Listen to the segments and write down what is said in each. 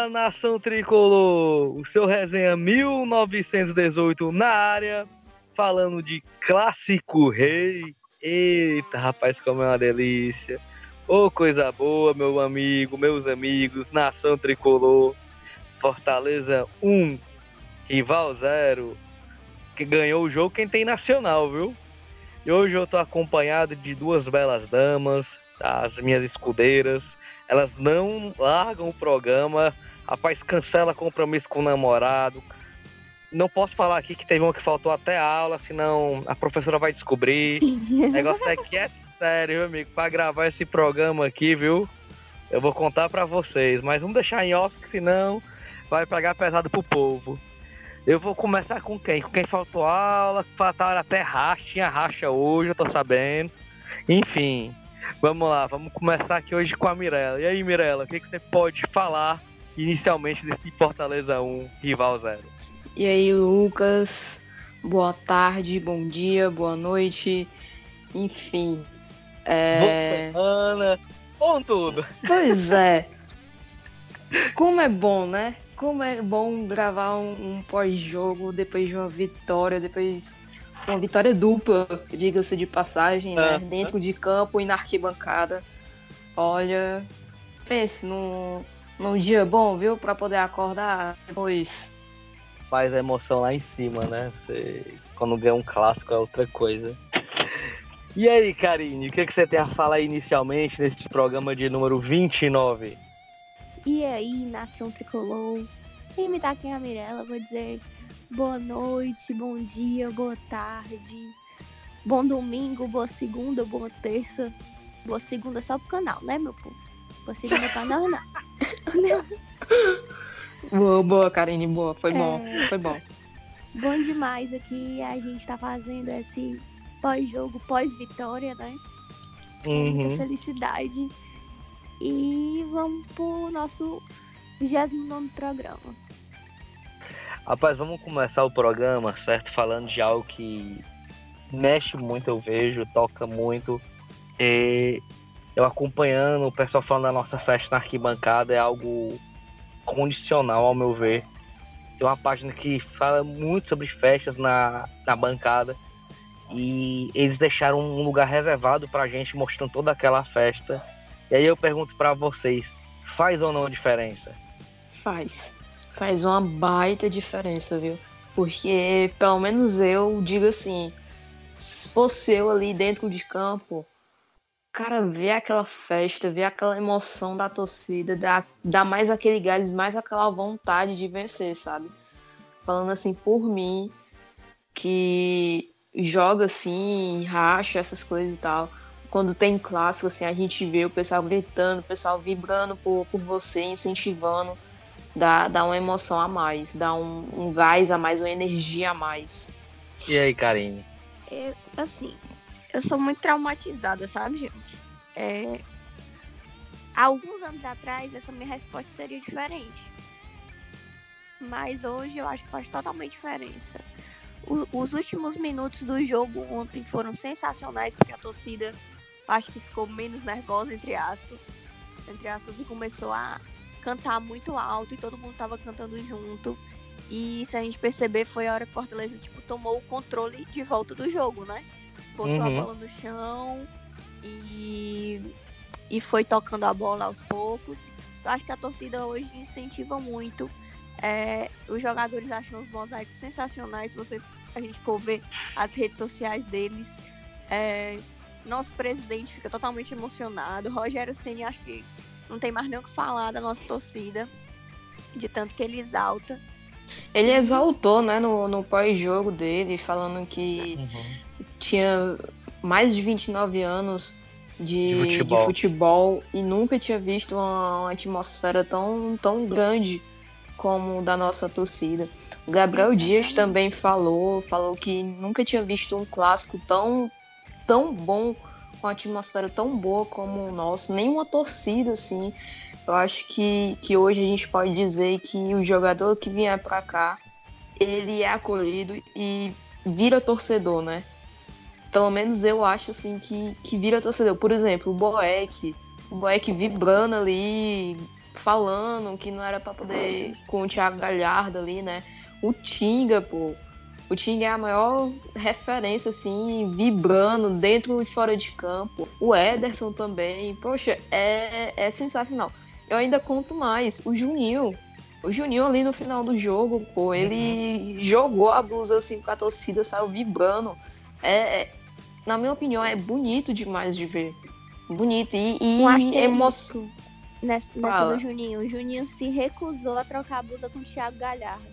Fala, nação tricolor! O seu resenha 1918 na área, falando de Clássico Rei. Eita, rapaz, como é uma delícia! Ô, coisa boa, meu amigo, meus amigos, nação tricolor. Fortaleza 1, rival 0. Que ganhou o jogo quem tem nacional, viu? E hoje eu tô acompanhado de duas belas damas, as minhas escudeiras. Elas não largam o programa. Rapaz, cancela compromisso com o namorado. Não posso falar aqui que teve uma que faltou até a aula, senão a professora vai descobrir. O negócio é que é sério, meu amigo. Pra gravar esse programa aqui, viu? Eu vou contar pra vocês. Mas vamos deixar em off, que senão vai pegar pesado pro povo. Eu vou começar com quem? Com quem faltou aula, faltaram até racha, tinha racha hoje, eu tô sabendo. Enfim, vamos lá, vamos começar aqui hoje com a Mirella. E aí, Mirella, o que você pode falar inicialmente desse Fortaleza 1, rival 0? E aí, Lucas, boa tarde, bom dia, boa noite, enfim. Boa semana, bom tudo. Pois é, como é bom, né? Como é bom gravar um pós-jogo depois de uma vitória, depois uma vitória dupla, diga-se de passagem, né? Dentro de campo e na arquibancada. Olha, pense num dia bom, viu? Pra poder acordar depois. Faz a emoção lá em cima, né? Quando ganha um clássico é outra coisa. E aí, Karine, o que você tem a falar inicialmente nesse programa de número 29? E aí, nação tricolor? Quem me dá aqui é a Mirella, vou dizer boa noite, bom dia, boa tarde, bom domingo, boa segunda, boa terça. Boa segunda só pro canal, né, meu povo? Boa segunda pra nós, não. Boa, Karine, boa, foi bom, foi bom. Bom demais aqui, a gente tá fazendo esse pós-jogo, pós-vitória, né? Muita felicidade. E vamos pro nosso 29º programa. Rapaz, vamos começar o programa, certo? Falando de algo que mexe muito, eu vejo, toca muito. Eu acompanhando o pessoal falando da nossa festa na arquibancada é algo condicional, ao meu ver. Tem uma página que fala muito sobre festas na bancada e eles deixaram um lugar reservado pra gente, mostrando toda aquela festa. E aí eu pergunto pra vocês, faz ou não diferença? Faz uma baita diferença, viu? Porque, pelo menos eu digo assim, se fosse eu ali dentro de campo, cara, ver aquela festa, ver aquela emoção da torcida, dá mais aquele gás, mais aquela vontade de vencer, sabe? Falando assim por mim, que joga assim, racha, essas coisas e tal. Quando tem clássico, assim, a gente vê o pessoal gritando, o pessoal vibrando por você, incentivando. Dá uma emoção a mais, dá um gás a mais, uma energia a mais. E aí, Karine? Eu sou muito traumatizada, sabe, gente? Há alguns anos atrás, essa minha resposta seria diferente. Mas hoje eu acho que faz totalmente diferença. Os últimos minutos do jogo ontem foram sensacionais, porque a torcida acho que ficou menos nervosa, entre aspas, e começou a cantar muito alto e todo mundo tava cantando junto. E se a gente perceber, foi a hora que o Fortaleza tomou o controle de volta do jogo, né? Botou a bola no chão e foi tocando a bola aos poucos. Eu acho que a torcida hoje incentiva muito. Os jogadores acham os mosaicos sensacionais. Se a gente for ver as redes sociais deles, nosso presidente fica totalmente emocionado. Rogério Ceni, acho que não tem mais nem o que falar da nossa torcida, de tanto que ele exalta. Ele exaltou, né, no pós-jogo dele, falando que tinha mais de 29 anos de futebol e nunca tinha visto uma atmosfera tão grande como da nossa torcida. O Gabriel Dias também falou que nunca tinha visto um clássico tão bom, com uma atmosfera tão boa como o nosso, nenhuma torcida assim. Eu acho que hoje a gente pode dizer que o jogador que vier pra cá, ele é acolhido e vira torcedor, né? Pelo menos eu acho assim que vira torcedor. Por exemplo, o Boeck vibrando ali, falando que não era pra poder com o Thiago Galhardo ali, né? O Tinga, pô. O Tinga é a maior referência, assim, vibrando dentro e fora de campo. O Ederson também. Poxa, é sensacional. Eu ainda conto mais. O Juninho ali no final do jogo, pô, ele jogou a blusa assim com a torcida, saiu vibrando. Na minha opinião, é bonito demais de ver. Bonito. E emoção. Nessa do Juninho. O Juninho se recusou a trocar a blusa com o Thiago Galhardo.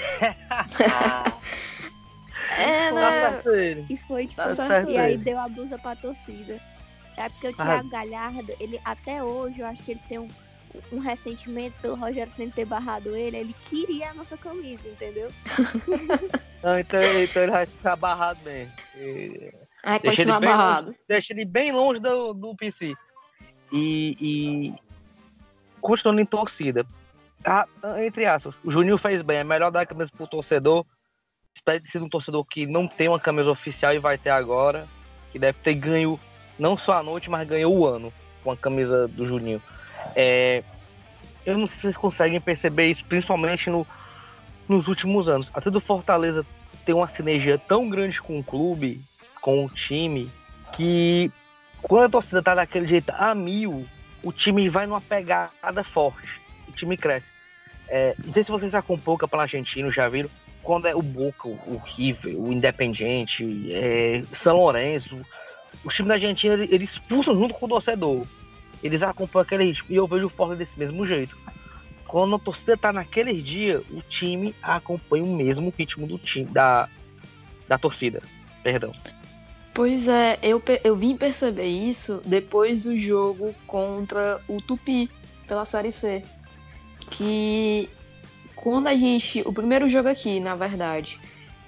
Né? E foi tipo, e aí deu a blusa pra torcida. É porque o Thiago Galhardo, ele até hoje, eu acho que ele tem um ressentimento pelo Rogério Ceni ter barrado ele queria a nossa camisa, entendeu? Não, então ele vai ficar barrado mesmo. Vai continuar barrado. Deixa ele bem longe do PC. E continuando em torcida. Entre aspas, o Juninho fez bem. É melhor dar a camisa pro torcedor. Espero ter sido um torcedor que não tem uma camisa oficial e vai ter agora. Que deve ter ganho não só a noite, mas ganhou o ano com a camisa do Juninho. Eu não sei se vocês conseguem perceber isso, principalmente nos últimos anos. Até do Fortaleza tem uma sinergia tão grande com o clube, com o time, que quando a torcida tá daquele jeito a mil, o time vai numa pegada forte. O time cresce. Não sei se vocês acompanham o Campeonato Argentino, já viram? Quando é o Boca, o River, o Independiente, São Lourenço, os times da Argentina, eles expulsam junto com o torcedor. Eles acompanham aquele ritmo. E eu vejo o Fortaleza desse mesmo jeito. Quando a torcida tá naquele dia, o time acompanha o mesmo ritmo do time, da torcida. Perdão. Pois é, eu vim perceber isso depois do jogo contra o Tupi, pela Série C. Que quando o primeiro jogo aqui, na verdade,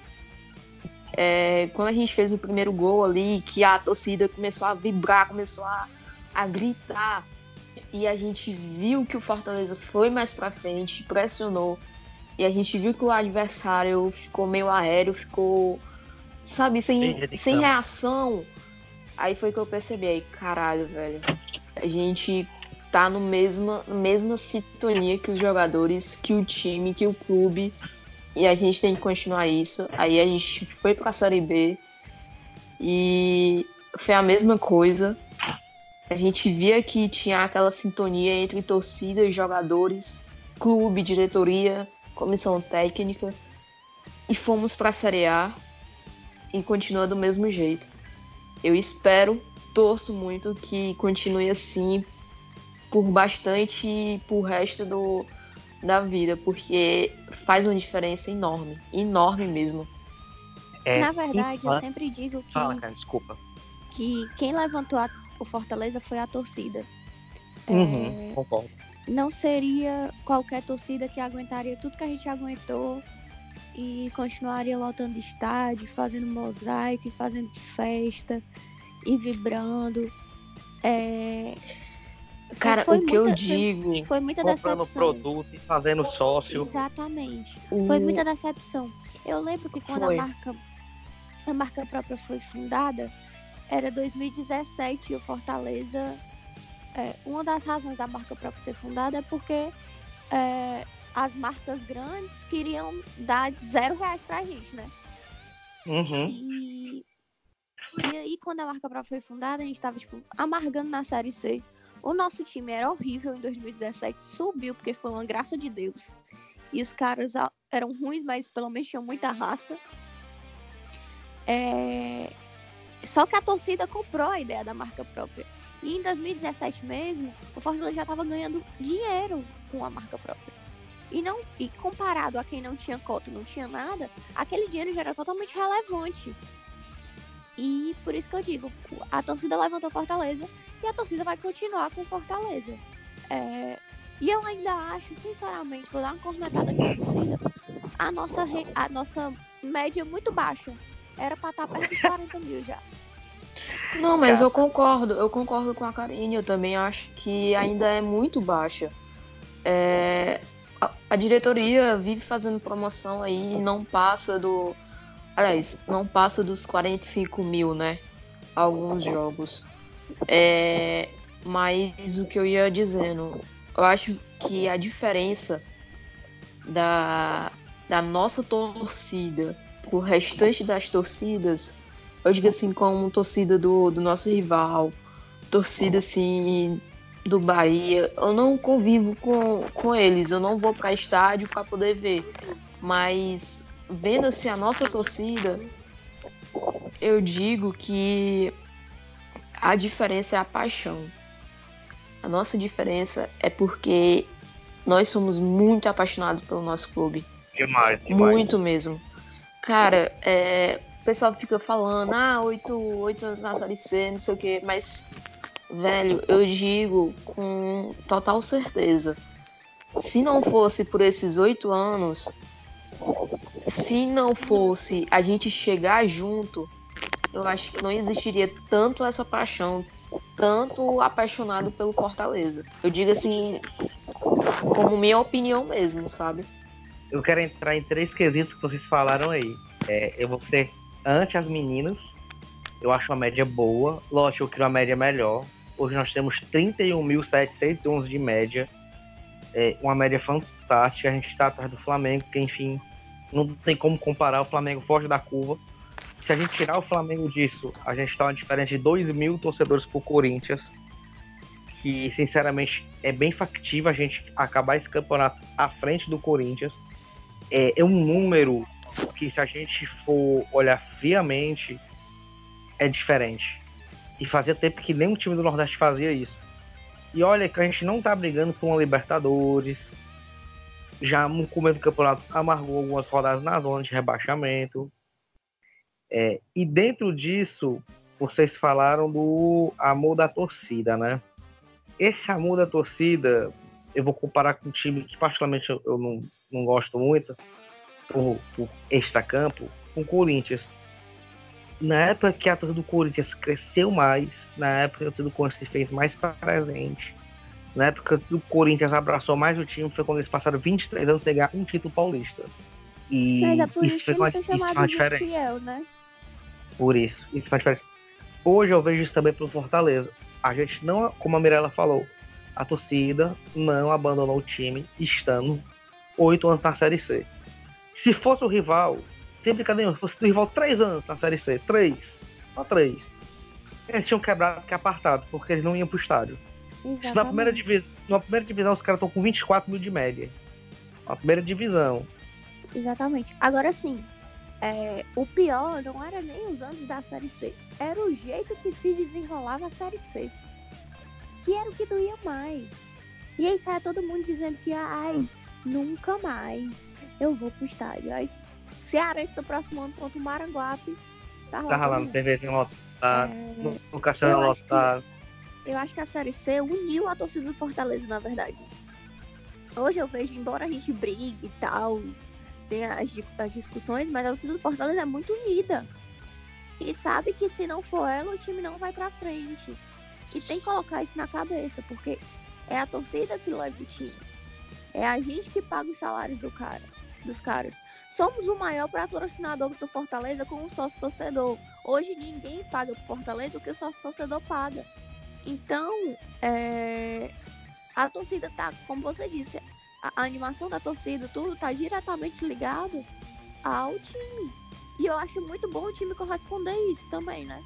quando a gente fez o primeiro gol ali, que a torcida começou a vibrar, começou a gritar, e a gente viu que o Fortaleza foi mais pra frente, pressionou, e a gente viu que o adversário ficou meio aéreo, ficou, sabe, sem reação. Aí foi que eu percebi, aí, caralho, velho, a gente tá no mesma sintonia que os jogadores, que o time, que o clube, e a gente tem que continuar isso. Aí a gente foi pra Série B e foi a mesma coisa. A gente via que tinha aquela sintonia entre torcida e jogadores, clube, diretoria, comissão técnica, e fomos pra Série A e continua do mesmo jeito. Eu torço muito que continue assim por bastante e por resto da vida, porque faz uma diferença enorme, enorme mesmo. Na verdade, eu sempre digo que, Fala, cara, desculpa, que quem levantou o Fortaleza foi a torcida. Concordo. Não seria qualquer torcida que aguentaria tudo que a gente aguentou e continuaria lotando estádio, fazendo mosaico, fazendo festa e vibrando. Cara, o que eu digo... Foi muita comprando decepção. Produto e fazendo sócio. Exatamente. Foi muita decepção. Eu lembro que quando a marca própria foi fundada, era 2017 e o Fortaleza... uma das razões da marca própria ser fundada é porque as marcas grandes queriam dar R$0 pra gente, né? Uhum. E aí, quando a marca própria foi fundada, a gente tava, amargando na Série C. O nosso time era horrível em 2017, subiu porque foi uma graça de Deus. E os caras eram ruins, mas pelo menos tinham muita raça. Só que a torcida comprou a ideia da marca própria. E em 2017 mesmo, o Fortaleza já estava ganhando dinheiro com a marca própria. E comparado a quem não tinha cota, não tinha nada, aquele dinheiro já era totalmente relevante. E por isso que eu digo, a torcida levantou Fortaleza e a torcida vai continuar com Fortaleza. E eu ainda acho, sinceramente, vou dar uma cornetada aqui na torcida, a nossa média é muito baixa. Era pra estar perto de 40 mil já. Não, mas eu concordo com a Karine, eu também acho que ainda é muito baixa. A diretoria vive fazendo promoção aí e não passa dos 45 mil, né? Alguns jogos. Mas o que eu ia dizendo, eu acho que a diferença da nossa torcida, o restante das torcidas, eu digo assim, como torcida do nosso rival, torcida assim do Bahia, eu não convivo com eles, eu não vou para estádio para poder ver, mas vendo assim a nossa torcida, eu digo que a diferença é a paixão. A nossa diferença é porque nós somos muito apaixonados pelo nosso clube. Demais. Muito mesmo. Cara, o pessoal fica falando, 8 anos na Série C, não sei o quê, mas, velho, eu digo com total certeza, se não fosse por esses 8 anos, se não fosse a gente chegar junto, eu acho que não existiria tanto essa paixão, tanto apaixonado pelo Fortaleza. Eu digo assim, como minha opinião mesmo, sabe? Eu quero entrar em 3 quesitos que vocês falaram aí. Eu vou ser ante as meninas. Eu acho uma média boa. Lógico, eu queria uma média melhor. Hoje nós temos 31.711 de média. Uma média fantástica. A gente está atrás do Flamengo, que enfim, não tem como comparar. O Flamengo foge da curva. Se a gente tirar o Flamengo disso, a gente está uma diferença de 2.000 torcedores pro Corinthians, que sinceramente é bem factível a gente acabar esse campeonato à frente do Corinthians. É um número que, se a gente for olhar friamente, é diferente. E fazia tempo que nenhum time do Nordeste fazia isso. E olha que a gente não tá brigando por uma Libertadores. Já no começo do campeonato amargou algumas rodadas na zona de rebaixamento. E dentro disso, vocês falaram do amor da torcida, né? Esse amor da torcida, eu vou comparar com um time que particularmente eu não gosto muito, por extracampo, com o Corinthians. Na época que a torcida do Corinthians cresceu mais, na época que a torcida do Corinthians se fez mais presente, na época que o Corinthians abraçou mais o time, foi quando eles passaram 23 anos sem ganhar um título paulista. E mas é por isso que faz eles são chamados de fiel, né? Por isso faz diferença. Hoje eu vejo isso também pelo Fortaleza. A gente não, como a Mirella falou, a torcida não abandonou o time estando 8 anos na Série C. Se fosse o rival, sem brincadeira, se fosse o rival 3 anos na Série C, 3, eles tinham quebrado que apartado, porque eles não iam pro estádio. Se na primeira divisão os caras estão com 24 mil de média. Na primeira divisão. Exatamente. Agora sim, o pior não era nem os anos da Série C, era o jeito que se desenrolava a Série C, que era o que doía mais. E aí saia todo mundo dizendo que nunca mais eu vou pro estádio. Aí Cearense do próximo ano contra o Maranguape tá lá no TVzinho lotado, no Caixão lotado. Eu acho que a Série C uniu a torcida do Fortaleza, na verdade. Hoje eu vejo, embora a gente brigue e tal, tem as discussões, mas a torcida do Fortaleza é muito unida. E sabe que se não for ela, o time não vai pra frente. E tem que colocar isso na cabeça, porque é a torcida que leva o time. É a gente que paga os salários dos caras. Somos o maior patrocinador do Fortaleza com o sócio-torcedor. Hoje ninguém paga pro Fortaleza o que o sócio-torcedor paga. Então, a torcida tá, como você disse, a animação da torcida, tudo tá diretamente ligado ao time. E eu acho muito bom o time corresponder isso também, né?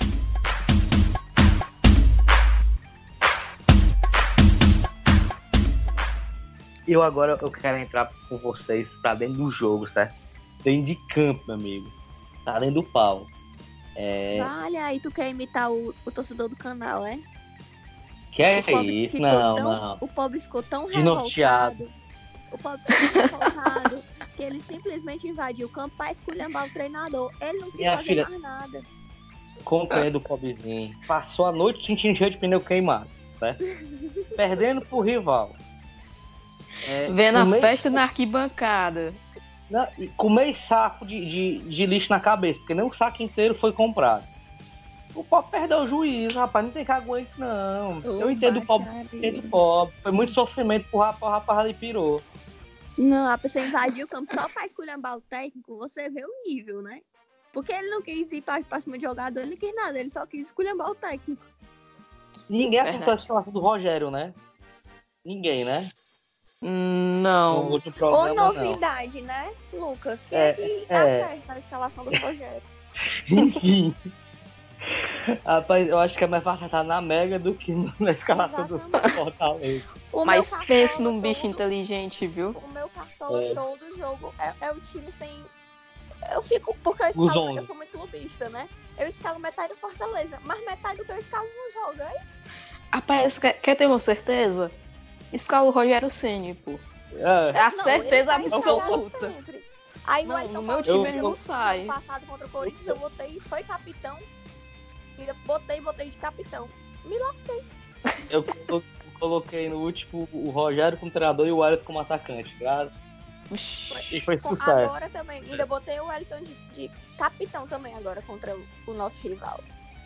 Eu quero entrar com vocês pra dentro do jogo, certo? Dentro de campo, meu amigo. Tá dentro do pau. Olha aí, tu quer imitar o torcedor do canal, é? Que é isso? Não. O pobre ficou tão revoltado. O pobre ficou revoltado que ele simplesmente invadiu o campo pra esculhambar o treinador. Ele não quis fazer mais nada. Companheiro do pobrezinho. Passou a noite sentindo cheio de pneu queimado, certo? Perdendo pro rival. Vendo a festa na arquibancada. Com meio saco de lixo na cabeça, porque nem o saco inteiro foi comprado. O pobre perdeu o juízo, rapaz, não tem que aguentar isso, não. Eu entendo o pobre. Foi muito sofrimento pro rapaz ali pirou. Não, a pessoa invadiu o campo só pra esculhambar o técnico, você vê o nível, né? Porque ele não quis ir pra cima de jogador, ele não quis nada, ele só quis esculhambar o técnico. Ninguém aceitou a situação do Rogério, né? Ninguém, né? Não. No programa, Ou novidade, né, Lucas? Quem é que acerta a escalação do Rogério? Enfim. Rapaz, eu acho que é mais fácil estar na Mega do que na escalação do Fortaleza. Mas pense num bicho inteligente, viu? O meu cartola todo jogo é o time sem... Eu fico... Porque eu sou muito clubista, né? Eu escalo metade do Fortaleza, mas metade do que eu escalo não joga, aí? Rapaz, quer ter uma certeza? Escala o Rogério Ceni, pô. É a certeza absoluta. Aí no meu time ele não sai. No passado contra o Corinthians eu botei, foi capitão. Ainda botei de capitão. Me lasquei. Eu coloquei no último o Rogério como treinador e o Wellington como atacante, claro. E foi sucesso. Agora também, ainda botei o Wellington de capitão também agora contra o nosso rival.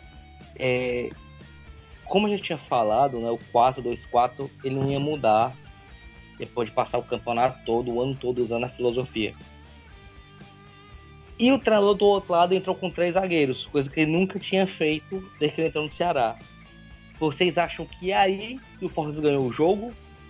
Como a gente tinha falado, né, o 4-2-4 ele não ia mudar depois de passar o campeonato todo, o ano todo usando a filosofia. E o treinador do outro lado entrou com 3 zagueiros, coisa que ele nunca tinha feito desde que ele entrou no Ceará. Vocês acham que é aí que o Fortaleza ganhou o jogo?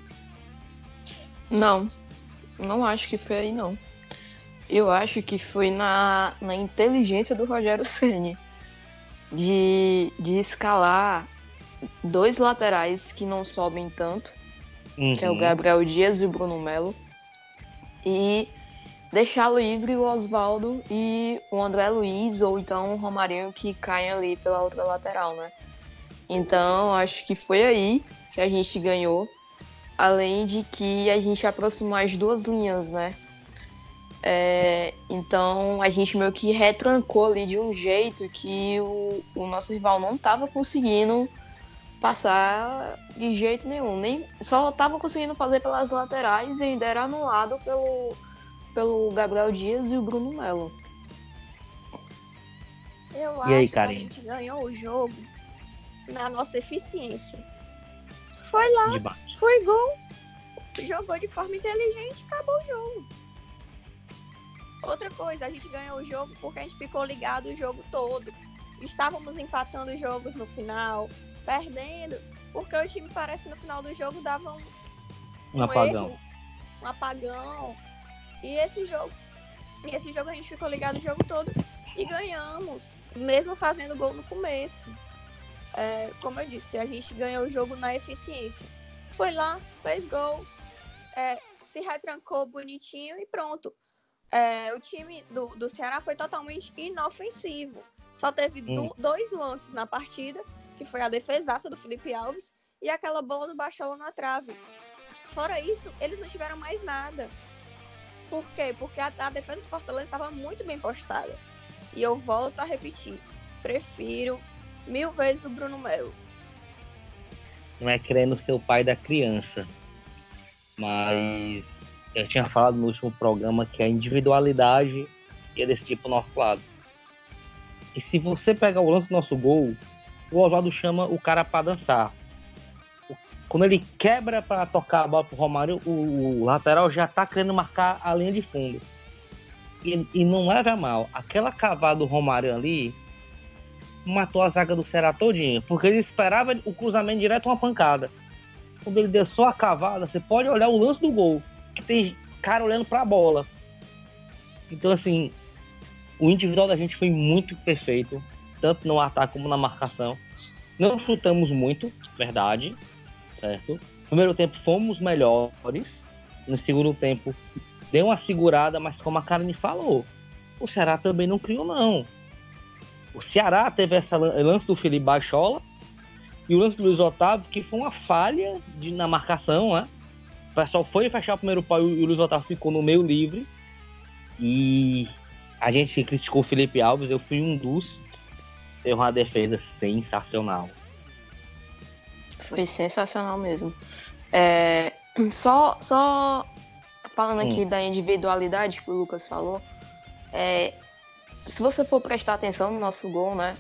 Não acho que foi aí, não. Eu acho que foi na inteligência do Rogério Ceni de escalar 2 laterais que não sobem tanto, que é o Gabriel Dias e o Bruno Melo, e deixar livre o Oswaldo e o André Luiz, ou então o Romarinho, que caem ali pela outra lateral, né? Então, acho que foi aí que a gente ganhou, além de que a gente aproximou as 2 linhas, né? Então, a gente meio que retrancou ali de um jeito que o nosso rival não estava conseguindo passar de jeito nenhum. Nem, só estava conseguindo fazer pelas laterais e ainda era anulado pelo Gabriel Dias e o Bruno Melo. Eu acho que a gente ganhou o jogo na nossa eficiência. Foi lá, foi gol, jogou de forma inteligente, acabou o jogo. Outra coisa, a gente ganhou o jogo porque a gente ficou ligado o jogo todo. Estávamos empatando jogos no final, perdendo, porque o time parece que no final do jogo dava um apagão. Erro, um apagão. E esse jogo a gente ficou ligado o jogo todo e ganhamos, mesmo fazendo gol no começo. Como eu disse, a gente ganhou o jogo na eficiência. Foi lá, fez gol, se retrancou bonitinho e pronto. O time do Ceará foi totalmente inofensivo. Só teve 2 lances na partida, que foi a defesaça do Felipe Alves e aquela bola do Bachola na trave. Fora isso, eles não tiveram mais nada. Por quê? Porque a defesa do Fortaleza estava muito bem postada. E eu volto a repetir, prefiro 1000 vezes o Bruno Melo. Não é querendo ser o pai da criança, mas eu tinha falado no último programa que a individualidade ia decidir pro nosso lado. E se você pegar o lance do nosso gol, o Oswaldo chama o cara para dançar. Quando ele quebra para tocar a bola pro Romário, o lateral já tá querendo marcar a linha de fundo. E não leva a mal. Aquela cavada do Romário ali matou a zaga do Ceará todinha, porque ele esperava o cruzamento direto uma pancada. Quando ele deu só a cavada, você pode olhar o lance do gol, que tem cara olhando pra bola. Então, assim, o individual da gente foi muito perfeito, tanto no ataque como na marcação. Não chutamos muito, verdade, certo? No primeiro tempo fomos melhores, no segundo tempo deu uma segurada, mas como a Karine falou, o Ceará também não criou, não. O Ceará teve esse lance do Felipe Bachola e o lance do Luiz Otávio, que foi uma falha na marcação, né? O pessoal foi fechar o primeiro pau e o Luiz Otávio ficou no meio livre. E a gente criticou o Felipe Alves, eu fui um dos. Teve uma defesa sensacional. Foi sensacional mesmo. Só falando aqui da individualidade que o Lucas falou, se você for prestar atenção no nosso gol, né?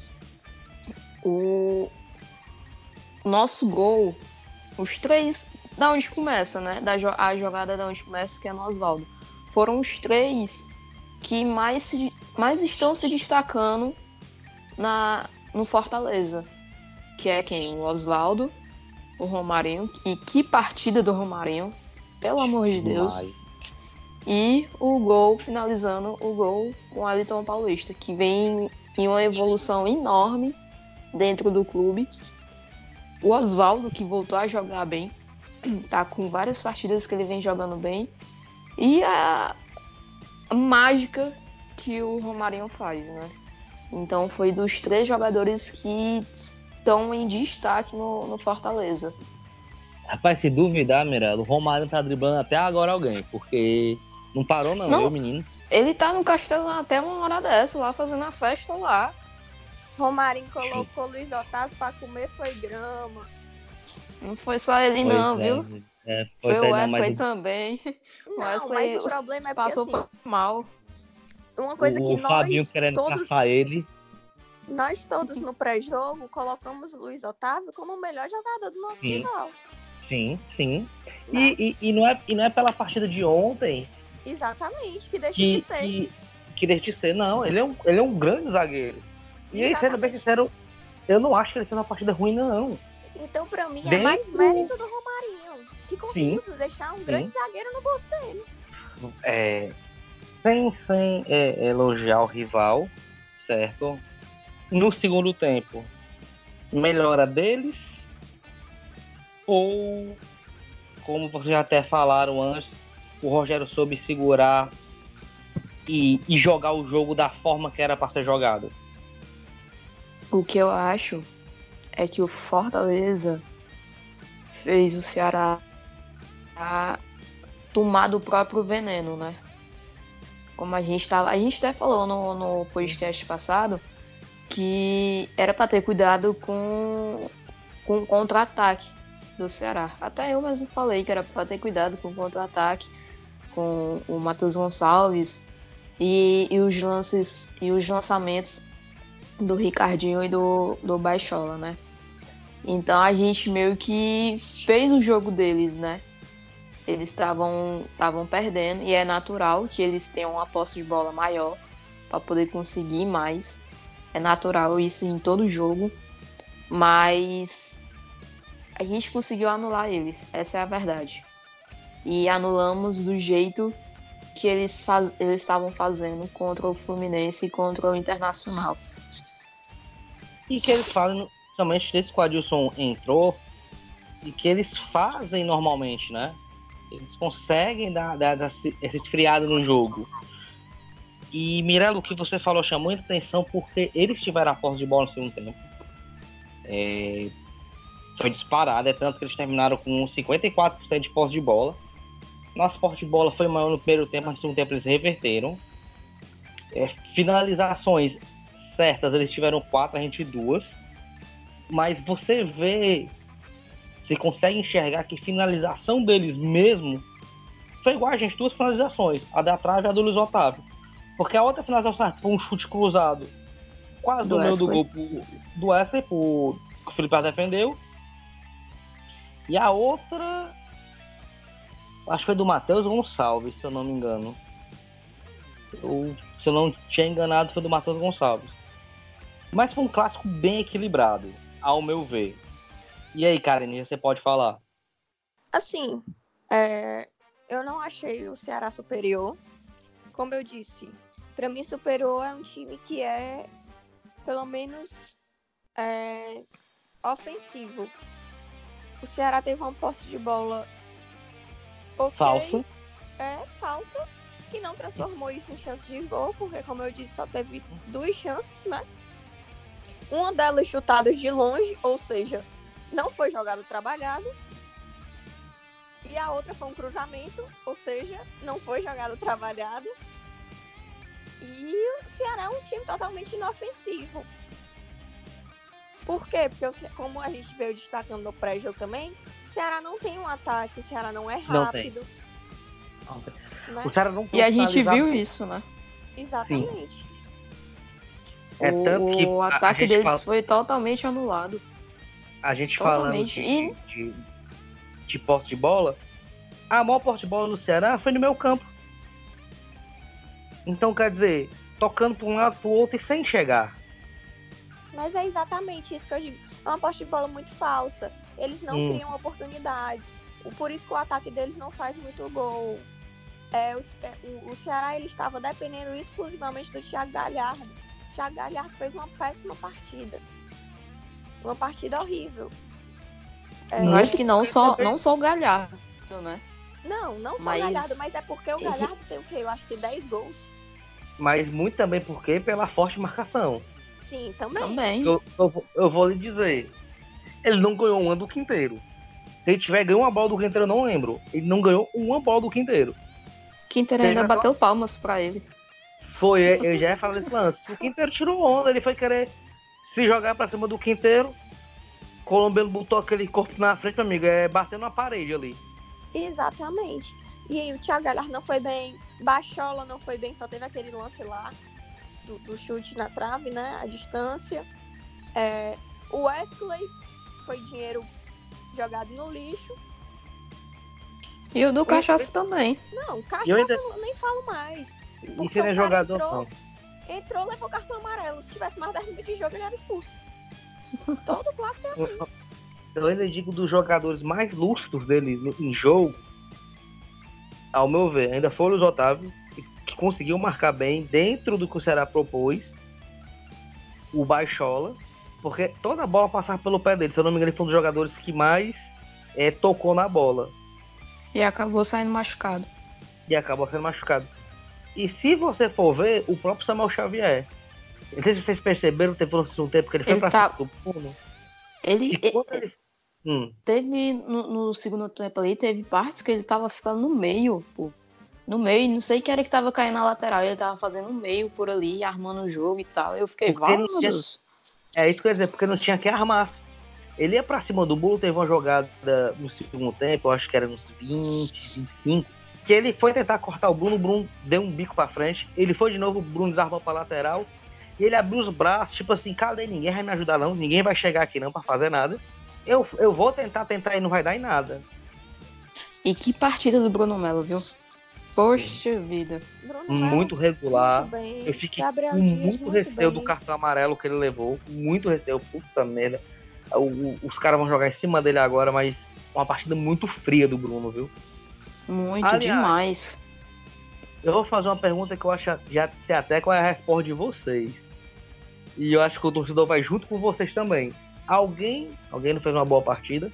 O nosso gol, os 3, da onde começa, né? A jogada da onde começa, que é no Oswaldo. Foram os 3 que mais estão se destacando no Fortaleza. Que é quem? O Oswaldo, o Romarinho. E que partida do Romarinho. pelo amor de Deus. E o gol, finalizando o gol com o Wellington Paulista, que vem em uma evolução enorme dentro do clube. O Oswaldo, que voltou a jogar bem, tá com várias partidas que ele vem jogando bem. E a mágica que o Romarinho faz, né? Então foi dos 3 jogadores que estão em destaque no Fortaleza. Rapaz, se duvidar, Mirella, o Romarinho tá driblando até agora alguém, porque não parou não, viu, menino? Ele tá no Castelo até uma hora dessa, lá fazendo a festa lá. Romarinho colocou Luiz Otávio pra comer foi grama. Não foi só ele não, viu? Foi o Wesley também. Não, mas o problema é passou porque, assim, mal. Uma coisa que Fabinho querendo caçar ele. Nós todos no pré-jogo colocamos o Luiz Otávio como o melhor jogador do nosso rival. Sim. E não é pela partida de ontem. Exatamente, que deixa de ser. Que deixa de ser, não. Ele é um grande zagueiro. E aí, sendo bem sincero, eu não acho que ele fez uma partida ruim, não. Então, pra mim, é mais mérito do Romarinho, que conseguiu deixar um grande zagueiro no bolso dele. Sem elogiar o rival, certo? No segundo tempo, melhora deles? Ou, como vocês já até falaram antes, o Rogério soube segurar e jogar o jogo da forma que era para ser jogado? O que eu acho é que o Fortaleza fez o Ceará tomar do próprio veneno, né? Como a gente até falou no podcast passado, que era para ter cuidado com o contra-ataque do Ceará. Até eu mesmo falei que era para ter cuidado com o contra-ataque, com o Matheus Gonçalves e os lançamentos do Ricardinho e do Baixola, né? Então a gente meio que fez o jogo deles, né? Eles estavam perdendo e é natural que eles tenham uma posse de bola maior para poder conseguir mais. É natural isso em todo jogo, mas a gente conseguiu anular eles, essa é a verdade. E anulamos do jeito que eles estavam fazendo contra o Fluminense e contra o Internacional. E que eles fazem, somente desde que o Adilson entrou, e que eles fazem normalmente, né? Eles conseguem dar essa esfriada no jogo. E, Mirella, o que você falou chamou muita atenção porque eles tiveram a posse de bola no segundo tempo. Foi disparado, tanto que eles terminaram com 54% de posse de bola. Nossa posse de bola foi maior no primeiro tempo, mas no segundo tempo eles reverteram. Finalizações certas, eles tiveram 4, a gente 2. Mas você vê, você consegue enxergar que finalização deles mesmo foi igual a gente, 2 finalizações, a da trave e a do Luiz Otávio. Porque a outra finalização foi um chute cruzado quase do meio do gol do Wesley, que o Felipe defendeu. E a outra, acho que foi do Matheus Gonçalves, se eu não me engano. Se eu não tinha enganado, foi do Matheus Gonçalves. Mas foi um clássico bem equilibrado, ao meu ver. E aí, Karine, você pode falar? Assim, eu não achei o Ceará superior. Como eu disse, para mim superior é um time que é, pelo menos, ofensivo. O Ceará teve uma posse de bola falsa. Falsa, que não transformou isso em chance de gol, porque, como eu disse, só teve 2 chances, né? Uma delas chutada de longe, ou seja, não foi jogado trabalhado. E a outra foi um cruzamento, ou seja, não foi jogado trabalhado. E o Ceará é um time totalmente inofensivo. Por quê? Porque, como a gente veio destacando no pré-jogo também, o Ceará não tem um ataque, o Ceará não é rápido. Não tem. Né? O Ceará não e a gente viu isso, né? Exatamente. Sim. Tanto que o ataque deles foi totalmente anulado. A gente falando de posse de bola, a maior posse de bola no Ceará foi no meio campo. Então, quer dizer, tocando para um lado, para o outro e sem chegar. Mas é exatamente isso que eu digo. É uma posse de bola muito falsa. Eles não criam oportunidades. por isso que o ataque deles não faz muito gol. O Ceará ele estava dependendo exclusivamente do Thiago Galhardo. O Thiago Galhardo fez uma péssima partida. Uma partida horrível. Eu acho que não só o Galhardo, né? Não só o Galhardo, mas é porque o Galhardo tem o quê? Eu acho que 10 gols. Mas muito também porque pela forte marcação. Sim, também. Eu vou lhe dizer. Ele não ganhou uma do Quinteiro. Se ele tiver ganho uma bola do Quinteiro, eu não lembro. Ele não ganhou uma bola do Quinteiro. Quinteiro ainda bateu palmas pra ele. Foi, eu já ia falar desse lance. O Quinteiro tirou onda, ele foi querer se jogar pra cima do Quinteiro. O colombiano botou aquele corpo na frente, amigo, batendo na parede ali. Exatamente. E aí o Thiago Galhardo não foi bem, Bachola não foi bem, só teve aquele lance lá do chute na trave, né? A distância. O Wesley foi dinheiro jogado no lixo. E o do Cachaça também. Não, Cachaça eu nem falo mais. E se ele é jogador, entrou, levou cartão amarelo. Se tivesse mais 10 minutos de jogo, ele era expulso. Todo clássico é assim. Eu ainda digo dos jogadores mais lustros dele em jogo, ao meu ver, ainda foram os Otávio, que conseguiu marcar bem dentro do que o Ceará propôs. O Bachola, porque toda a bola passava pelo pé dele. Se eu não me engano, ele foi um dos jogadores que mais tocou na bola. E acabou saindo machucado. E se você for ver, o próprio Samuel Xavier. Não sei se vocês perceberam, teve um tempo que ele foi pra cima do Bruno. Ele teve, no segundo tempo ali, teve partes que ele tava ficando no meio, pô. No meio, não sei quem era que tava caindo na lateral. Ele tava fazendo o meio por ali, armando o jogo e tal. Eu fiquei, Deus. É isso que eu ia dizer, porque não tinha que armar. Ele ia pra cima do Bruno, teve uma jogada no segundo tempo, eu acho que era nos 20, 25, que ele foi tentar cortar o Bruno deu um bico pra frente, ele foi de novo, o Bruno desarmou pra lateral, e ele abriu os braços, tipo assim, cadê? Ninguém vai me ajudar não, ninguém vai chegar aqui não pra fazer nada. Eu vou tentar e não vai dar em nada. E que partida do Bruno Melo, viu? Poxa vida. Muito regular. Eu fiquei com muito receio do cartão amarelo que ele levou. Muito receio, puta merda. Os caras vão jogar em cima dele agora, mas uma partida muito fria do Bruno, viu? Muito, demais. Eu vou fazer uma pergunta que eu acho já sei até qual é a resposta de vocês. E eu acho que o torcedor vai junto com vocês também. Alguém não fez uma boa partida?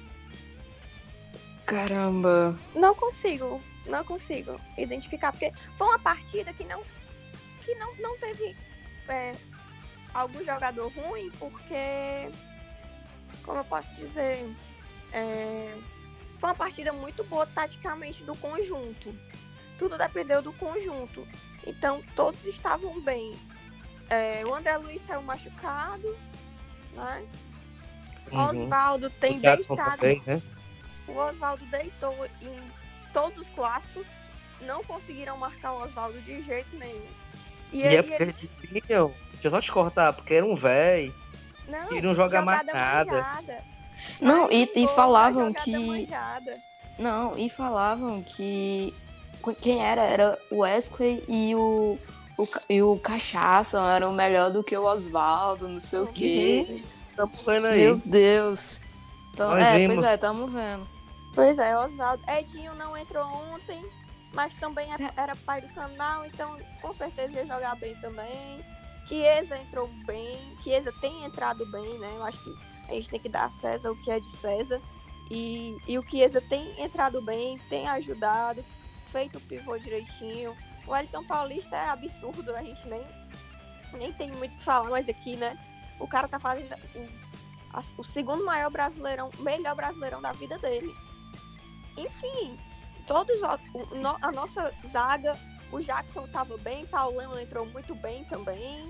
Caramba. Não consigo identificar, porque foi uma partida que não teve algum jogador ruim, porque, como eu posso dizer, foi uma partida muito boa taticamente do conjunto. Tudo dependeu do conjunto. Então, todos estavam bem. O André Luiz saiu machucado, né? Oswaldo tem deitado. Também, né? O Oswaldo deitou em todos os clássicos. Não conseguiram marcar o Oswaldo de jeito nenhum. E aí porque eles queriam. Deixa eu só te cortar, porque era um velho. Ele não joga mais nada. Não, e falavam que. Não, e falavam que. Quem era o Wesley e o Cachaça eram melhor do que o Oswaldo, não sei o quê. Estamos vendo aí. Meu Deus. Então, pois é, estamos vendo. Pois é, Oswaldo. Edinho não entrou ontem, mas também era pai do canal, então com certeza ia jogar bem também. Chiesa entrou bem, Chiesa tem entrado bem, né? Eu acho que a gente tem que dar a César o que é de César. E o Chiesa tem entrado bem, tem ajudado, feito o pivô direitinho. O Wellington Paulista é absurdo, a gente nem tem muito o que falar mais aqui, né? O cara tá fazendo o segundo melhor brasileirão da vida dele. Enfim, a nossa zaga, o Jackson tava bem, Paulão entrou muito bem também.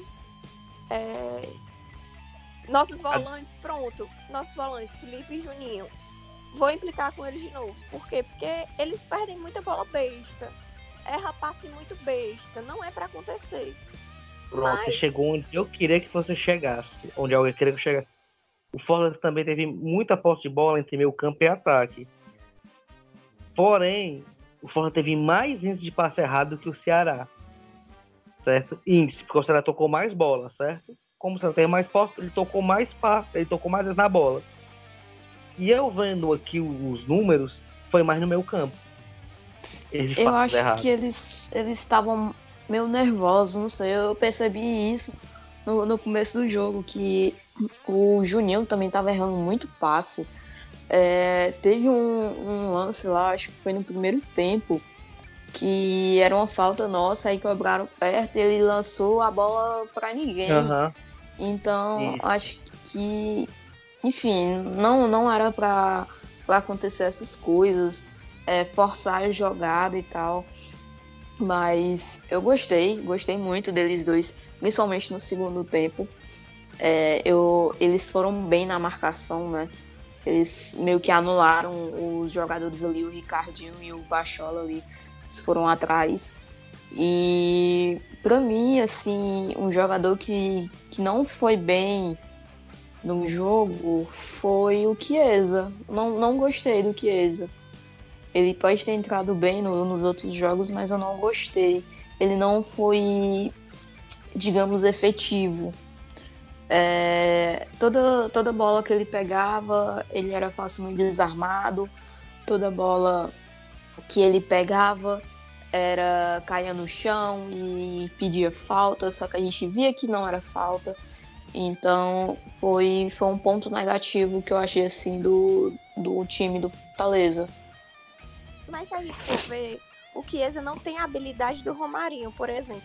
Nossos volantes, Felipe e Juninho, vou implicar com eles de novo. Por quê? Porque eles perdem muita bola besta, erra passe muito besta, não é pra acontecer. Pronto, você chegou onde eu queria que você chegasse, onde alguém queria que eu chegasse. O Fortaleza também teve muita posse de bola entre meio campo e ataque. Porém, o Fortaleza teve mais índice de passe errado do que o Ceará. Certo? Índice, porque o Ceará tocou mais bola, certo? Como o Ceará tem mais posse, ele tocou mais passe, ele tocou mais vezes na bola. E eu vendo aqui os números, foi mais no meio campo. Eu acho que eles estavam meio nervosos, não sei, eu percebi isso no começo do jogo, que o Juninho também estava errando muito passe. Teve um lance lá, acho que foi no primeiro tempo, que era uma falta nossa, aí cobraram perto e ele lançou a bola para ninguém. Uhum. Então, acho que, enfim, não era para acontecer essas coisas, forçar a jogada e tal. Mas eu gostei muito deles dois, principalmente no segundo tempo. Eles foram bem na marcação, né? Eles meio que anularam os jogadores ali, o Ricardinho e o Bachola ali, eles foram atrás. E pra mim, assim, um jogador que não foi bem no jogo foi o Chiesa. Não gostei do Chiesa. Ele pode ter entrado bem nos outros jogos, mas eu não gostei. Ele não foi, digamos, efetivo. Toda bola que ele pegava, ele era facilmente desarmado. Toda bola que ele pegava caía no chão e pedia falta, só que a gente via que não era falta. Então foi um ponto negativo que eu achei assim do time do Fortaleza. Mas se a gente for ver, o Chiesa não tem a habilidade do Romarinho, por exemplo.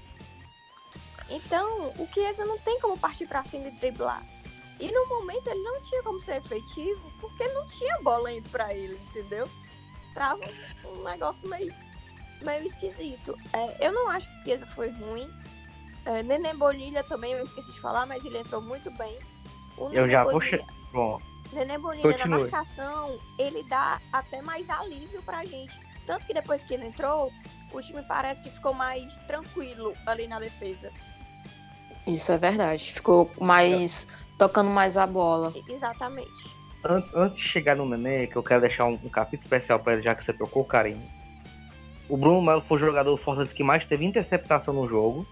Então, o Chiesa não tem como partir pra cima e driblar. E no momento ele não tinha como ser efetivo, porque não tinha bola indo pra ele, entendeu? Tava um negócio meio esquisito. Eu não acho que o Chiesa foi ruim. Nenê Bonilha também, eu esqueci de falar, mas ele entrou muito bem. Nenê Bonilha na marcação, ele dá até mais alívio pra gente. Tanto que depois que ele entrou, o time parece que ficou mais tranquilo ali na defesa. Isso é verdade. Ficou mais tocando mais a bola. Exatamente. Antes de chegar no Nenê, que eu quero deixar um capítulo especial pra ele, já que você tocou, Karine. O Bruno Melo foi o jogador do Fortaleza que mais teve interceptação no jogo.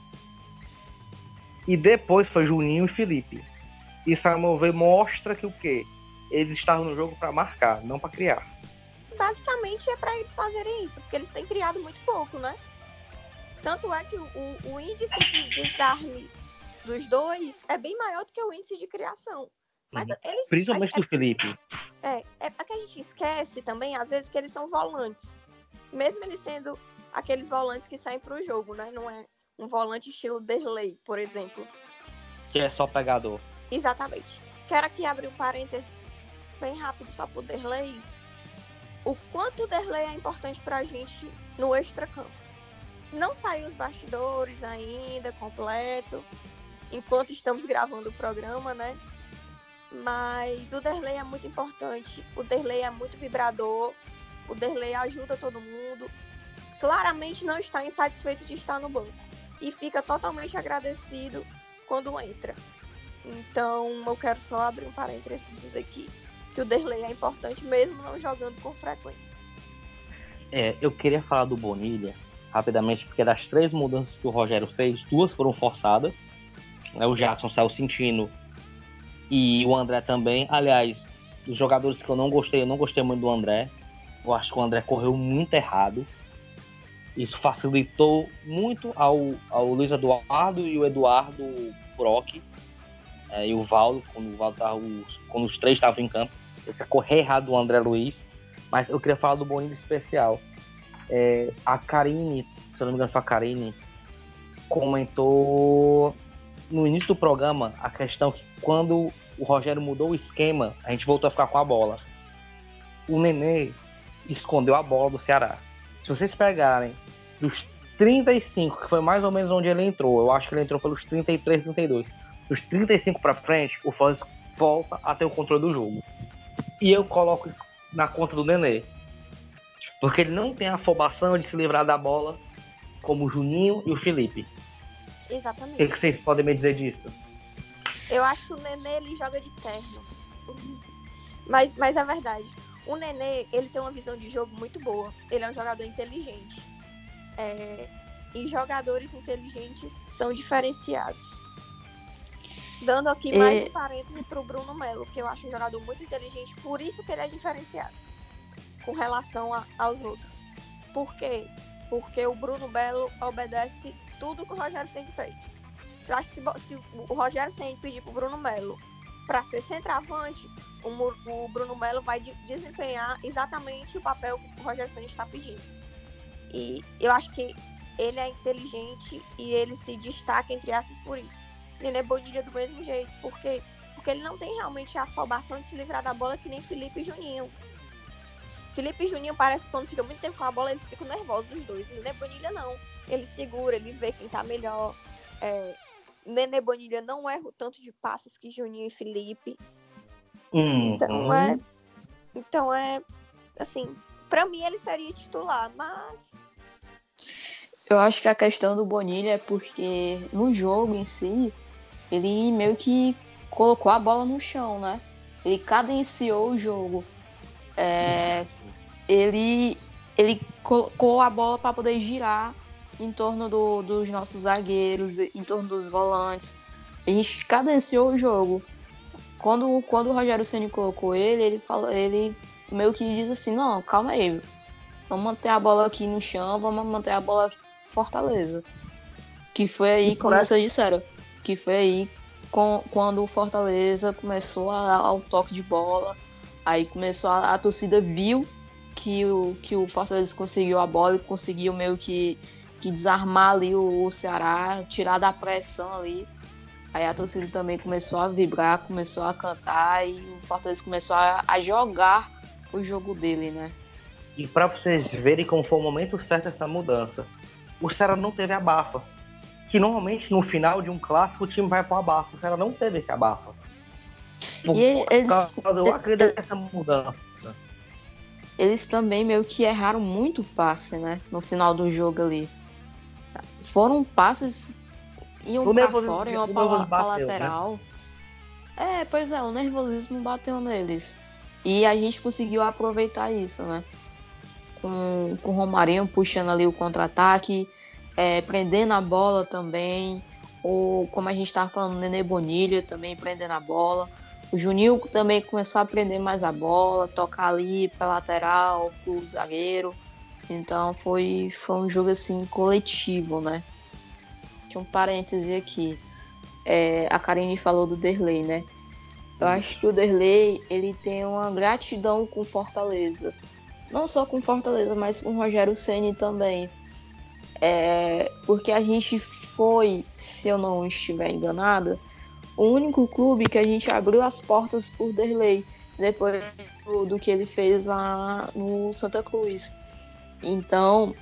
E depois foi Juninho e Felipe. Isso, a meu ver, mostra que o quê? Eles estavam no jogo para marcar, não para criar. Basicamente é para eles fazerem isso, porque eles têm criado muito pouco, né? Tanto é que o índice de desarme dos dois é bem maior do que o índice de criação. Mas principalmente do Felipe. É que a gente esquece também, às vezes, que eles são volantes. Mesmo eles sendo aqueles volantes que saem para o jogo, né? Não é um volante estilo Derlei, por exemplo. Que é só pegador. Exatamente. Quero aqui abrir um parênteses bem rápido só pro Derlei. O quanto o Derlei é importante pra gente no extracampo. Não saiu os bastidores ainda, completo, enquanto estamos gravando o programa, né? Mas o Derlei é muito importante. O Derlei é muito vibrador. O Derlei ajuda todo mundo. Claramente não está insatisfeito de estar no banco. E fica totalmente agradecido quando entra. Então, eu quero só abrir um parênteses aqui. Que o Derlei é importante mesmo não jogando com frequência. Eu queria falar do Bonilha rapidamente, porque das 3 mudanças que o Rogério fez, 2 foram forçadas. O Jackson saiu sentindo e o André também. Aliás, dos jogadores que eu não gostei muito do André. Eu acho que o André correu muito errado. Isso facilitou muito ao Luiz Eduardo e o Eduardo Brock. E o Valdo, quando os 3 estavam em campo. Esse correr errado do André Luiz. Mas eu queria falar do Bonilha especial. A Karine, se eu não me engano foi a Karine, comentou no início do programa a questão que quando o Rogério mudou o esquema, a gente voltou a ficar com a bola. O Nenê escondeu a bola do Ceará. Se vocês pegarem dos 35, que foi mais ou menos onde ele entrou, eu acho que ele entrou pelos 33, 32. Dos 35 para frente, o Fortaleza volta a ter o controle do jogo. E eu coloco isso na conta do Nenê. Porque ele não tem a afobação de se livrar da bola como o Juninho e o Felipe. Exatamente. O que vocês podem me dizer disso? Eu acho que o Nenê, ele joga de terno. Mas é verdade. O Nenê, ele tem uma visão de jogo muito boa. Ele é um jogador inteligente. E jogadores inteligentes são diferenciados. Dando aqui mais um parêntese pro Bruno Melo, que eu acho um jogador muito inteligente, por isso que ele é diferenciado. com relação aos outros. Por quê? Porque o Bruno Melo obedece tudo que o Rogério Ceni fez. Eu acho que se o Rogério Ceni pedir pro Bruno Melo para ser centroavante, o Bruno Melo vai desempenhar exatamente o papel que o Rogério Ceni está pedindo. E eu acho que ele é inteligente e ele se destaca, entre aspas, por isso. Nenê Bonilha do mesmo jeito, porque ele não tem realmente a afobação de se livrar da bola que nem Felipe e Juninho. Felipe e Juninho parece que quando fica muito tempo com a bola, eles ficam nervosos os dois. Nenê Bonilha não. Ele segura, ele vê quem tá melhor. Nenê Bonilha não erra o tanto de passes que Juninho e Felipe. Então é assim, pra mim ele seria titular, mas eu acho que a questão do Bonilha é porque no jogo em si, ele meio que colocou a bola no chão, né? Ele cadenciou o jogo. Ele colocou a bola para poder girar em torno dos nossos zagueiros, em torno dos volantes. A gente cadenciou o jogo. Quando o Rogério Ceni colocou ele meio que diz assim, não, calma aí, vamos manter a bola aqui no chão, vamos manter a bola aqui em Fortaleza. Que foi aí, como vocês disseram, que foi aí quando o Fortaleza começou ao toque de bola, aí começou a torcida viu que o Fortaleza conseguiu a bola e conseguiu meio que desarmar ali o Ceará, tirar da pressão ali. Aí a torcida também começou a vibrar, começou a cantar e o Fortaleza começou a jogar o jogo dele, né? E para vocês verem como foi o momento certo dessa mudança, o Ceará não teve abafa. Que normalmente no final de um clássico o time vai pro abafa. O Ceará não teve esse abafa. Eu acredito nessa mudança. Eles também meio que erraram muito passe, né? No final do jogo ali. Foram passes, iam pra fora, iam pra lateral. Né? Pois é, o nervosismo bateu neles. E a gente conseguiu aproveitar isso, né? Com o Romarinho puxando ali o contra-ataque, prendendo a bola também. Ou como a gente estava falando, o Nenê Bonilha também prendendo a bola. O Juninho também começou a prender mais a bola, tocar ali pra lateral, pro zagueiro. Então foi um jogo assim coletivo, né? Tinha um parêntese aqui. A Karine falou do Derlei, né? Eu acho que o Derlei, ele tem uma gratidão com Fortaleza. Não só com Fortaleza, mas com o Rogério Ceni também. Porque a gente foi, se eu não estiver enganada, o único clube que a gente abriu as portas por Derlei, depois do que ele fez lá no Santa Cruz. Então,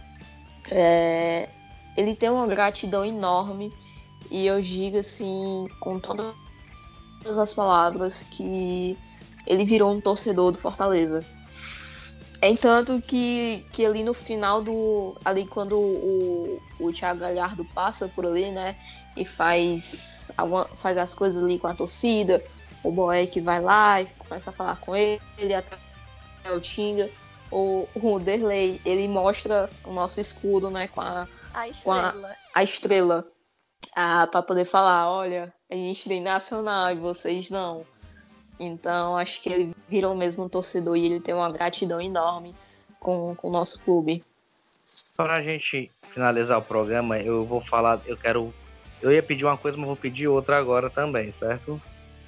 ele tem uma gratidão enorme e eu digo assim, com todas as palavras, que ele virou um torcedor do Fortaleza. Entanto que ali no final ali quando o Thiago Galhardo passa por ali, né, e faz as coisas ali com a torcida, o Boeck vai lá e começa a falar com ele, até o Tinga, o Derlei, ele mostra o nosso escudo, né, com a estrela, para poder falar, olha, a gente tem nacional e vocês não. Então, acho que ele virou mesmo um torcedor e ele tem uma gratidão enorme com o nosso clube. Para a gente finalizar o programa, eu vou falar, eu ia pedir uma coisa, mas vou pedir outra agora também, certo?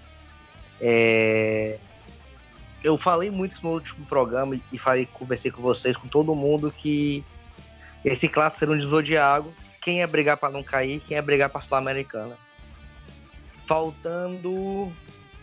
Eu falei muito no último programa e conversei com vocês, com todo mundo, que esse clássico era um divisor de água. Quem ia brigar para não cair, quem ia brigar para a Sul-Americana. Faltando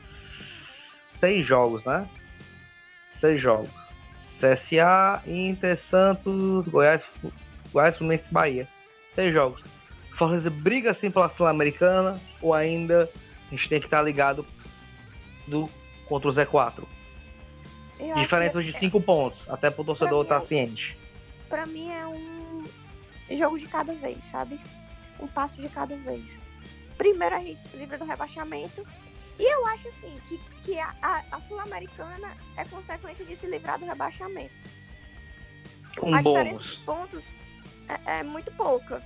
6 jogos, né? 6 jogos. CSA, Inter, Santos, Goiás, Fluminense e Bahia. 6 jogos. Fortaleza briga assim pela Sul-Americana ou ainda a gente tem que estar ligado contra o Z4? Diferença de 5 pontos, até pro torcedor estar ciente. Pra mim é um jogo de cada vez, sabe? Um passo de cada vez. Primeiro a gente se livra do rebaixamento. E eu acho assim que a Sul-Americana é consequência de se livrar do rebaixamento. A diferença de pontos é muito pouca.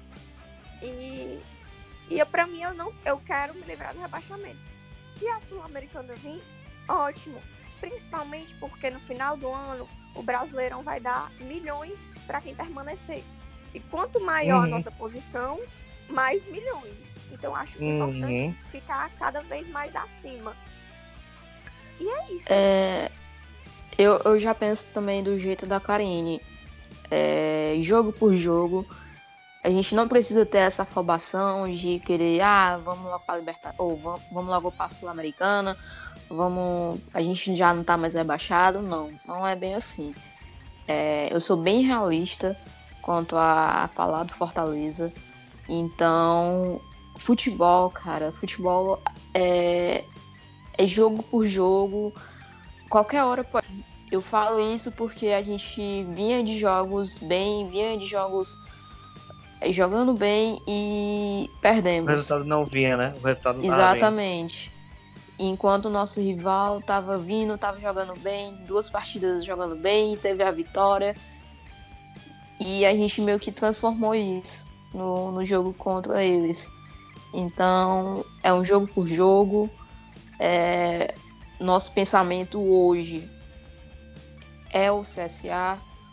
E pra mim eu quero me livrar do rebaixamento. Se a Sul-Americana vir, ótimo. Principalmente porque no final do ano o Brasileirão vai dar milhões para quem permanecer. E quanto maior a nossa posição, mais milhões. Então, acho importante ficar cada vez mais acima. E é isso. Eu já penso também do jeito da Karine. Jogo por jogo. A gente não precisa ter essa afobação de querer, vamos logo para a Libertadores, ou vamos logo para a Sul-Americana, a gente já não está mais rebaixado. Não é bem assim. Eu sou bem realista quanto a falar do Fortaleza. Então, futebol é jogo por jogo, qualquer hora pode. Eu falo isso porque a gente vinha de jogos jogando bem e perdemos. O resultado não vinha, né? O resultado não Exatamente. Enquanto o nosso rival estava jogando bem, 2 partidas jogando bem, teve a vitória. E a gente meio que transformou isso no jogo contra eles. Então, é um jogo por jogo. Nosso pensamento hoje é o CSA.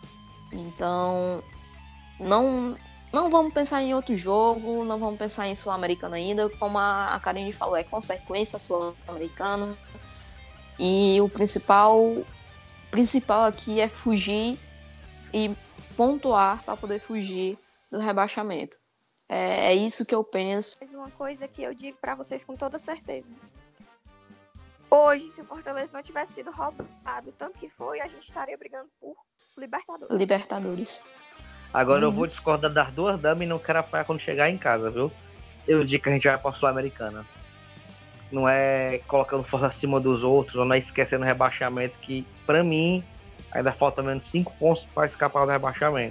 Então, não vamos pensar em outro jogo, não vamos pensar em Sul-Americano ainda. Como a Karine falou, é consequência Sul-Americano. E o principal aqui é fugir e pontuar para poder fugir do rebaixamento. É isso que eu penso. Mas uma coisa que eu digo para vocês com toda certeza. Hoje, se o Fortaleza não tivesse sido roubado, tanto que foi, a gente estaria brigando por Libertadores. Agora eu vou discordar das 2 damas e não quero apoiar quando chegar em casa, viu? Eu digo que a gente vai para a Sul-Americana. Não é colocando força acima dos outros, ou não é esquecendo o rebaixamento, que para mim ainda falta menos 5 pontos para escapar do rebaixamento.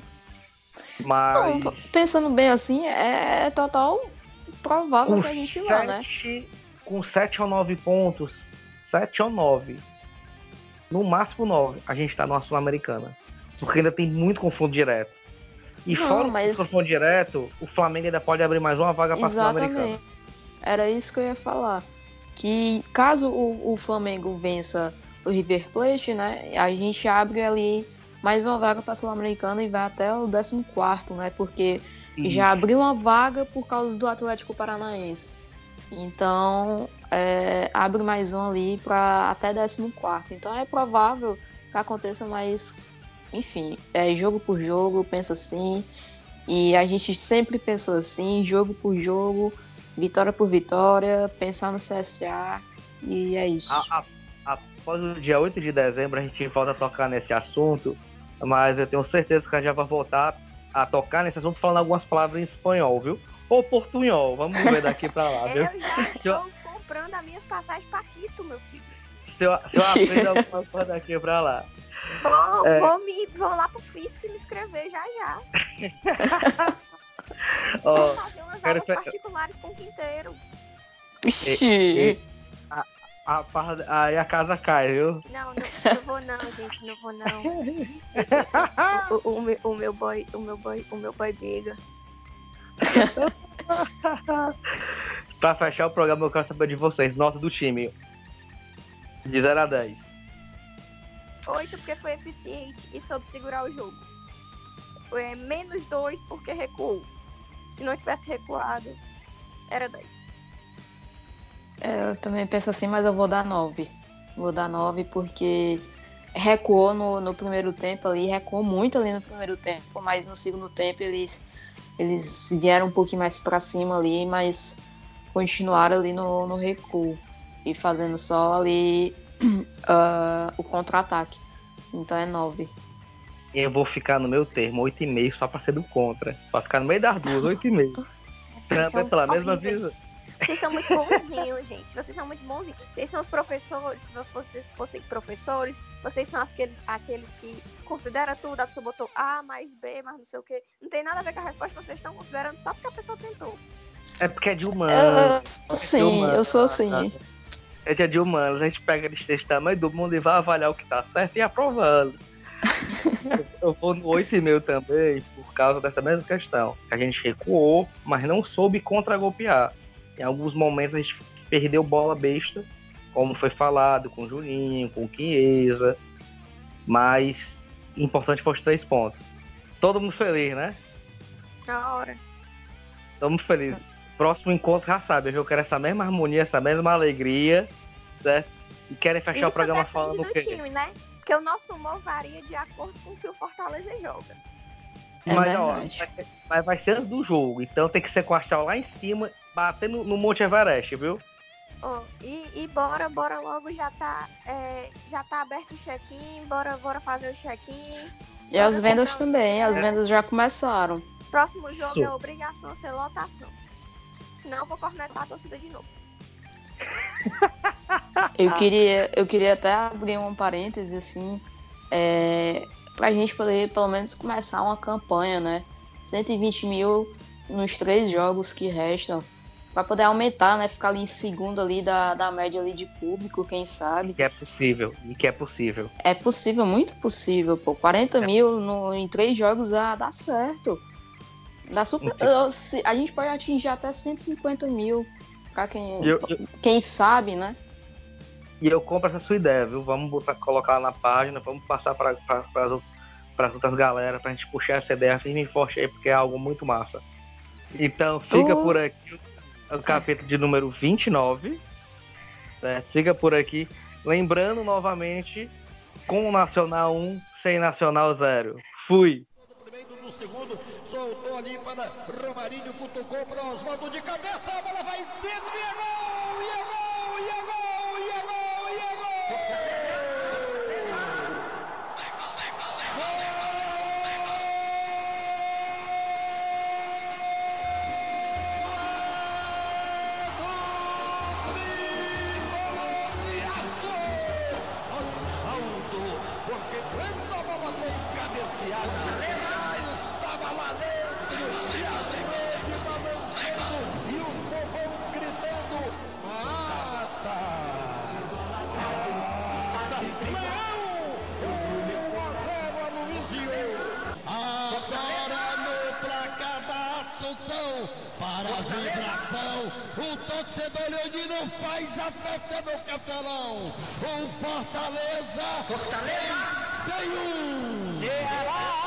Mas não, pensando bem assim, é total provável que a gente vá, né? Com 7 ou 9 pontos, 7 ou 9, no máximo 9, a gente tá numa Sul-Americana. Porque ainda tem muito confronto direto. E fora o confronto direto, o Flamengo ainda pode abrir mais uma vaga para a Sul-Americana. Era isso que eu ia falar. Que caso o Flamengo vença o River Plate, né, a gente abre ali mais uma vaga para a Sul-Americana e vai até o 14º, né? Porque já abriu uma vaga por causa do Atlético Paranaense. Então, abre mais um ali para até 14º. Então é provável que aconteça, mas, enfim, jogo por jogo, penso assim. E a gente sempre pensou assim, jogo por jogo, vitória por vitória, pensar no CSA, e é isso. Após o dia 8 de dezembro, a gente volta a tocar nesse assunto, mas eu tenho certeza que a gente já vai voltar a tocar nesse assunto falando algumas palavras em espanhol, viu? Ou portunhol, vamos ver daqui pra lá, viu? Eu já estou comprando as minhas passagens pra Quito, meu filho. Se eu aprender alguma coisa daqui pra lá. Vou lá pro Fisco e me inscrever já. Vou fazer umas aulas particulares com o Quinteiro. Aí a casa cai, viu? Não vou não, gente, não vou não. o meu boy briga. Pra fechar o programa, eu quero saber de vocês. Nota do time. De 0 a 10. 8 porque foi eficiente e soube segurar o jogo. Menos 2 porque recuou. Se não tivesse recuado, era 10. Eu também penso assim, mas eu vou dar 9. Vou dar 9 porque recuou no primeiro tempo ali, recuou muito ali no primeiro tempo, mas no segundo tempo eles vieram um pouquinho mais pra cima ali, mas continuaram ali no recuo e fazendo só ali o contra-ataque. Então é 9. Eu vou ficar no meu termo, 8,5, só pra ser do contra. Pra ficar no meio das duas, 8,5. Pela mesma visão. Vocês são muito bonzinhos, gente. Vocês são muito bonzinhos. Vocês são os professores. Se vocês fossem professores, vocês são aqueles que consideram tudo. A pessoa botou A mais B, mais não sei o quê. Não tem nada a ver com a resposta. Vocês estão considerando só porque a pessoa tentou. É porque é de humanos. Eu sou assim. É de humanos. A gente pega esse tamanho do mundo e vai avaliar o que tá certo e aprovando. Eu vou no 8,5 também por causa dessa mesma questão. A gente recuou, mas não soube contra-golpear. Em alguns momentos a gente perdeu bola besta, como foi falado com o Juninho, com o Chiesa. Mas importante foi os 3 pontos. Todo mundo feliz, né? Na hora. Todo mundo feliz. Próximo encontro já sabe, eu quero essa mesma harmonia, essa mesma alegria, certo? E querem fechar o programa falando o quê? Time, né? Porque o nosso humor varia de acordo com o que o Fortaleza joga. Mas vai ser antes do jogo, então tem que ser com a astral lá em cima, batendo no Monte Everest, viu? E bora logo, já tá aberto o check-in, bora fazer o check-in. E as vendas também, as vendas já começaram. Próximo jogo é obrigação ser lotação. Senão eu vou cornetar a torcida de novo. Eu queria até abrir um parêntese, assim, pra gente poder, pelo menos, começar uma campanha, né? 120 mil nos 3 jogos que restam, pra poder aumentar, né? Ficar ali em segundo ali da média ali de público, quem sabe. Que é possível. É possível, muito possível, pô. 40 mil em 3 jogos dá certo. Dá super. A gente pode atingir até 150 mil. Pra quem sabe, né? E eu compro essa sua ideia, viu? Vamos colocar lá na página, vamos passar para as outras galera, pra gente puxar essa ideia firme e forte aí, porque é algo muito massa. Então, fica por aqui o capítulo de número 29. Certo? Fica por aqui. Lembrando novamente, com o Nacional 1, sem Nacional 0. Fui! No segundo, soltou ali para Romarinho, cutucou para Oswaldo de cabeça, a bola vai dentro, e é gol, e é gol, e é gol, e é gol, e é gol! Oswaldo, porque quando a bola foi cabeceada, estava lá dentro, e a rede balançando, e o povão gritando, mata! Leão! 1-0 Aloysio! Agora no placar da Assunção, para a vibração, o torcedor leonino faz a festa no Castelão. O Fortaleza tem um!